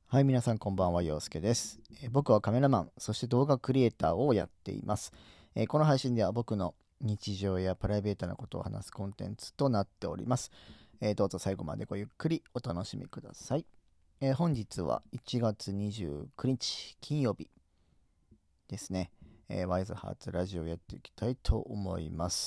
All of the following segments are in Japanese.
はい、皆さんこんばんは、陽介です。僕はカメラマン、そして動画クリエイターをやっています。この配信では僕の日常やプライベートなことを話すコンテンツとなっております。どうぞ最後までごゆっくりお楽しみください。本日は1月29日金曜日ですね。ワイズハーツラジオやっていきたいと思います。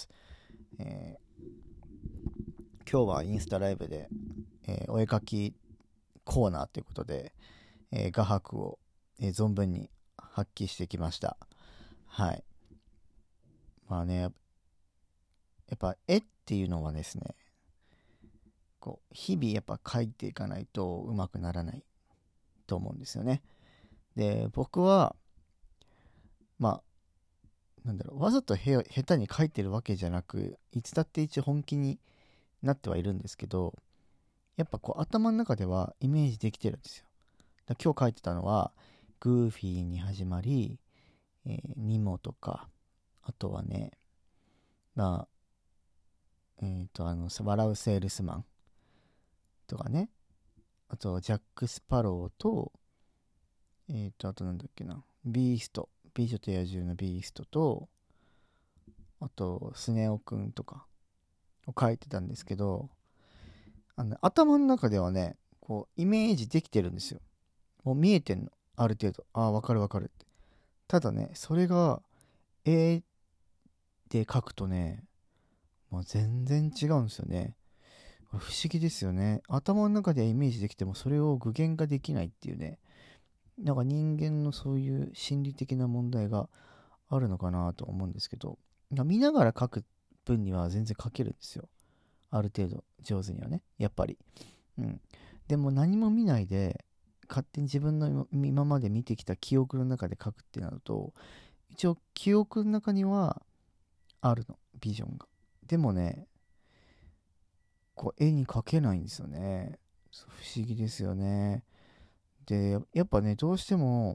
今日はインスタライブで、お絵描きコーナーということで、画伯を、存分に発揮してきました。はい。まあね、やっぱ絵っていうのはですね、日々やっぱ描いていかないと上手くならないと思うんですよね。で、僕は、まわざと下手に描いてるわけじゃなく、いつだって一応本気になってはいるんですけど、やっぱ頭の中ではイメージできてるんですよ。今日描いてたのは、グーフィーに始まり、ニモとか、あとはね、まあ、笑うセールスマンとかね、あと、ジャック・スパローと、あとなんだっけな、ビースト、美女と野獣のビーストと、あと、スネ夫くんとかを書いてたんですけど、頭の中ではね、イメージできてるんですよ。もう見えてんの。ある程度。ああ、わかるわかるって。ただね、それが、絵で書くとね、もう全然違うんですよね。不思議ですよね。頭の中ではイメージできてもそれを具現化できないっていうね。なんか人間のそういう心理的な問題があるのかなと思うんですけど、見ながら書く分には全然書けるんですよ。ある程度上手にはね。やっぱり。うん。でも何も見ないで、勝手に自分の今まで見てきた記憶の中で書くってなると、一応記憶の中にはあるの。ビジョンが。でもね、絵に描けないんですよね。不思議ですよね。で、やっぱね、どうしても、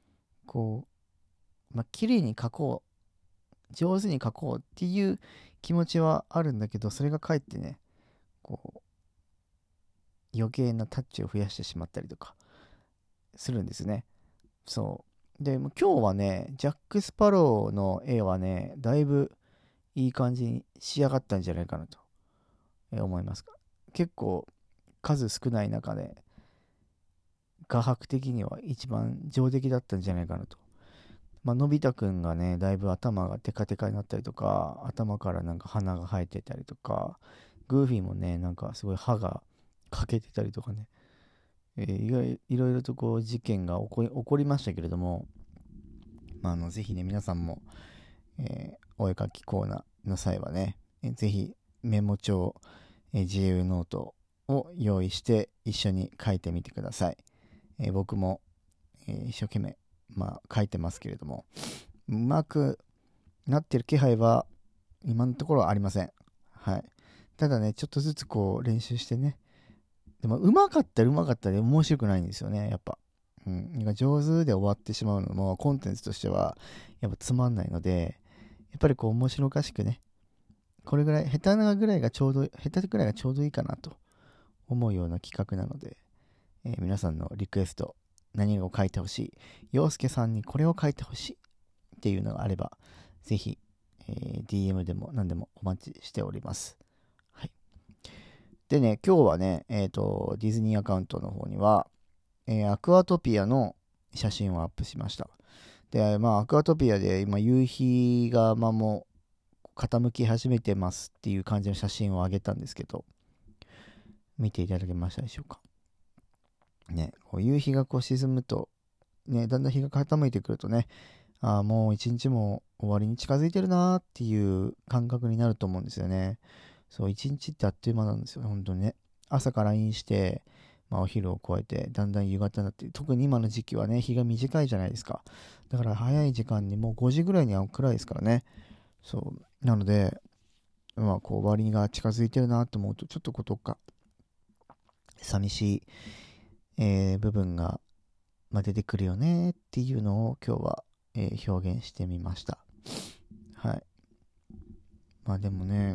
綺麗に描こう、上手に描こうっていう気持ちはあるんだけど、それがかえってね、こ余計なタッチを増やしてしまったりとかするんですね。そう。で、もう今日はね、ジャック・スパローの絵はね、だいぶいい感じに仕上がったんじゃないかなと思いますか。結構数少ない中で、画伯的には一番上出来だったんじゃないかなと。のび太くんがね、だいぶ頭がテカテカになったりとか、頭からなんか鼻が生えてたりとか、グーフィーもね、なんかすごい歯が欠けてたりとかね、いろいろと事件が起こりましたけれども、ぜひね、皆さんも、お絵描きコーナーの際はね、ぜひメモ帳、自由ノートを用意して一緒に書いてみてください。僕も、一生懸命、書いてますけれども、うまくなってる気配は今のところはありません。はい。ただね、ちょっとずつ練習してね。でも、うまかったらうまかったで面白くないんですよね、やっぱ。うん。なんか上手で終わってしまうのもコンテンツとしてはやっぱつまんないので、やっぱり面白おかしくね、これぐらい、下手ぐらいがちょうどいいかなと思うような企画なので、皆さんのリクエスト、何を書いてほしい、陽介さんにこれを書いてほしいっていうのがあれば、ぜひ、DM でも何でもお待ちしております。はい。でね、今日はね、ディズニーアカウントの方には、アクアトピアの写真をアップしました。で、アクアトピアで今、夕日が、もう傾き始めてますっていう感じの写真を上げたんですけど、見ていただけましたでしょうか。ね、夕日が沈むと、ね、だんだん日が傾いてくるとね、もう一日も終わりに近づいてるなーっていう感覚になると思うんですよね。そう、一日ってあっという間なんですよね、本当にね。朝からインして、お昼を超えて、だんだん夕方になって、特に今の時期はね、日が短いじゃないですか。だから早い時間にもう5時ぐらいには暗いですからね。そう。なので、終わりが近づいてるなと思うと、ちょっとどっか、寂しい、部分が、出てくるよねっていうのを今日は、表現してみました。はい。でもね、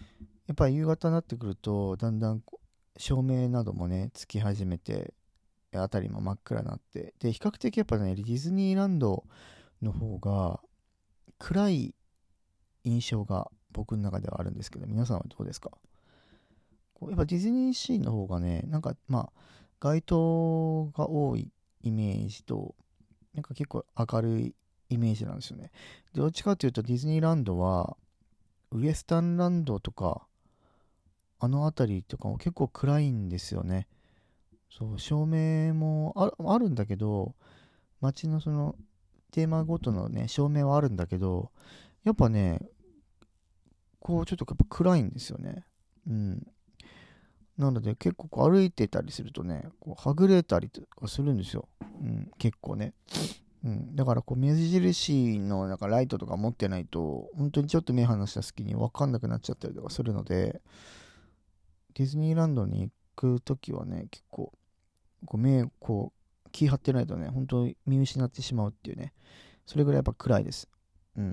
やっぱり夕方になってくると、だんだん照明などもね、つき始めて、 あたりも真っ暗になって、で比較的やっぱねディズニーランドの方が暗い印象が僕の中ではあるんですけど、皆さんはどうですか？やっぱディズニーシーの方がね、なんか街灯が多いイメージと、なんか結構明るいイメージなんですよね。どっちかっていうとディズニーランドはウエスタンランドとかあの辺りとかも結構暗いんですよね。そう、照明もあるんだけど、街のそのテーマごとのね照明はあるんだけど、やっぱねこうちょっとやっぱ暗いんですよね。うん。なので結構こう歩いてたりするとね、こうはぐれたりとかするんですよ。うん、結構ね。うん、だからこう目印のなんかライトとか持ってないと、本当にちょっと目離した隙に分かんなくなっちゃったりとかするので、ディズニーランドに行くときはね、結構こう目こう気張ってないとね、本当に見失ってしまうっていうね、それぐらいやっぱ暗いです。うん。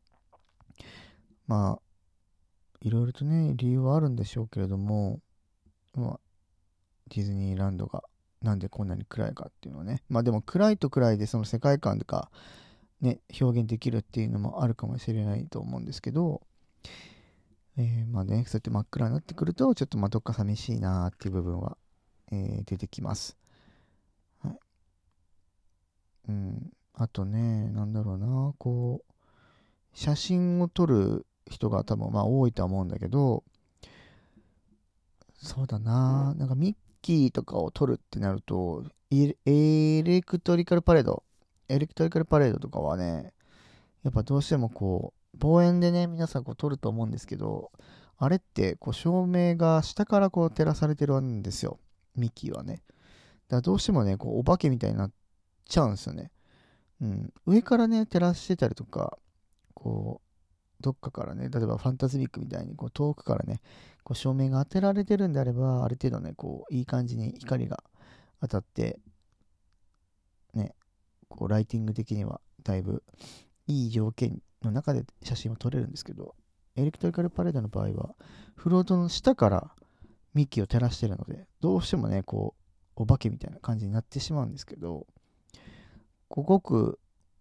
まあ、いろいろとね、理由はあるんでしょうけれども、まあ、ディズニーランドがなんでこんなに暗いかっていうのはね、まあでも暗いと暗いでその世界観とかね表現できるっていうのもあるかもしれないと思うんですけど、まあねそうやって真っ暗になってくるとちょっとどっか寂しいなーっていう部分は、出てきます。はい。うん。あとね、なんだろうな、こう写真を撮る人が多分多いとは思うんだけど、そうだな、なんかミッキーとかを撮るってなると、エレクトリカルパレードとかはね、やっぱどうしてもこう、望遠でね、皆さんこう撮ると思うんですけど、あれってこう照明が下からこう照らされてるんですよ。ミッキーはね。だからどうしてもね、こうお化けみたいになっちゃうんですよね。うん。上からね、照らしてたりとか、こどっかからね、例えばファンタズミックみたいにこう遠くからね、こう照明が当てられてるんであれば、ある程度ね、こういい感じに光が当たって、ね、こうライティング的にはだいぶいい条件の中で写真を撮れるんですけど、エレクトリカルパレードの場合は、フロートの下からミッキーを照らしてるので、どうしてもね、こう、お化けみたいな感じになってしまうんですけど、ごく、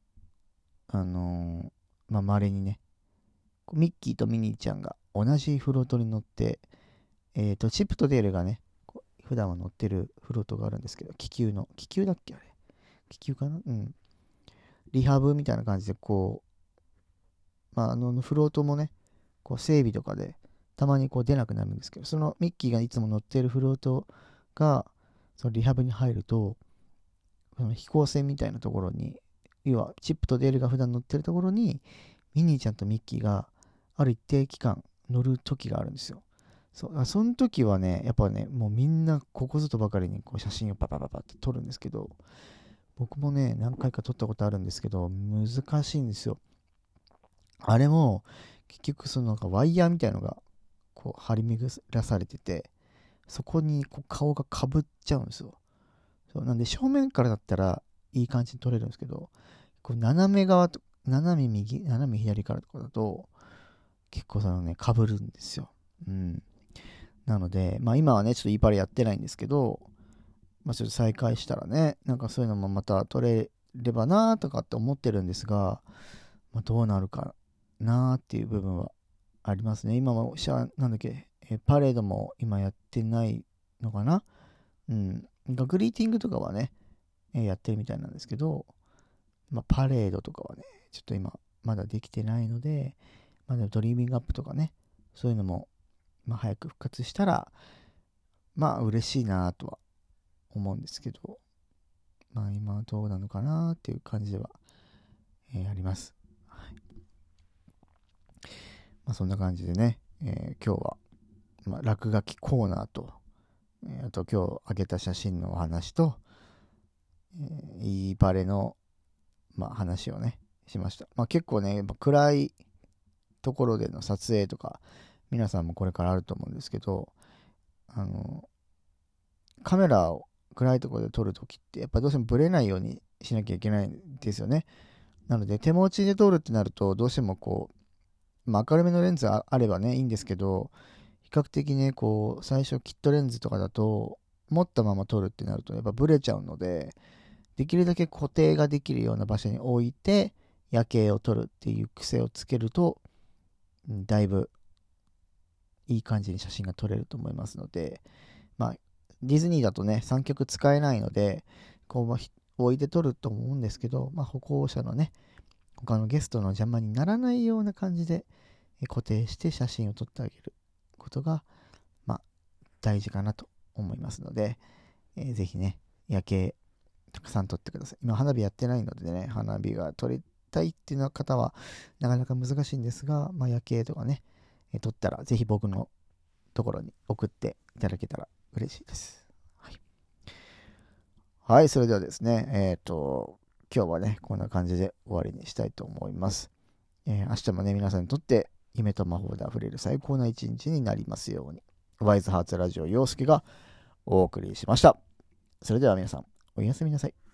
稀にね、ミッキーとミニーちゃんが同じフロートに乗って、チップとデールがね、普段は乗ってるフロートがあるんですけど、気球だっけあれ。気球かなうん。リハブみたいな感じで、こう、フロートもね、こう整備とかで、たまにこう出なくなるんですけど、そのミッキーがいつも乗ってるフロートが、そのリハブに入ると、その飛行船みたいなところに、要はチップとデールが普段乗ってるところに、ミニーちゃんとミッキーがある一定期間乗る時があるんですよ。その時はね、やっぱね、もうみんなここぞとばかりにこう写真をパパパパって撮るんですけど、僕もね、何回か撮ったことあるんですけど、難しいんですよ。あれも、結局そのなんかワイヤーみたいのがこう張り巡らされてて、そこにこう顔がかぶっちゃうんですよ。なんで正面からだったらいい感じに撮れるんですけど、こう斜め側と、斜め右、斜め左からとかだと、結構そのね、被るんですよ。うん。なので、今はね、ちょっとイパレやってないんですけど、ちょっと再開したらね、なんかそういうのもまた取れればなとかって思ってるんですが、どうなるかなっていう部分はありますね。今も、なんだっけ、パレードも今やってないのかな。うん。グリーティングとかはね、やってるみたいなんですけど、パレードとかはね、ちょっと今、まだできてないので、ドリーミングアップとかね、そういうのも、早く復活したら、嬉しいなとは思うんですけど、今はどうなのかなっていう感じでは、あります。はい。そんな感じでね、今日は、落書きコーナーと、あと今日あげた写真のお話と、いいバレの、話をね、しました。結構ね、暗いところでの撮影とか、皆さんもこれからあると思うんですけど、あの、カメラを暗いところで撮るときって、やっぱどうしてもブレないようにしなきゃいけないんですよね。なので、手持ちで撮るってなると、どうしてもこう、明るめのレンズあればね、いいんですけど、比較的ね、こう、最初キットレンズとかだと、 持ったまま撮るってなるとやっぱブレちゃうので、できるだけ固定ができるような場所に置いて夜景を撮るっていう癖をつけると、だいぶいい感じに写真が撮れると思いますので、まあディズニーだとね三脚使えないのでこう置いて撮ると思うんですけど、歩行者のね他のゲストの邪魔にならないような感じで固定して写真を撮ってあげることが大事かなと思いますので、ぜひね夜景たくさん撮ってください。今花火やってないのでね、花火が撮りたいっていう方はなかなか難しいんですが、夜景とかね、撮ったらぜひ僕のところに送っていただけたら嬉しいです。はい、はい、それではですね、今日はね、こんな感じで終わりにしたいと思います。明日もね、皆さんにとって夢と魔法で溢れる最高な一日になりますように。ワイズハーツラジオ陽介がお送りしました。それでは皆さん、おやすみなさい。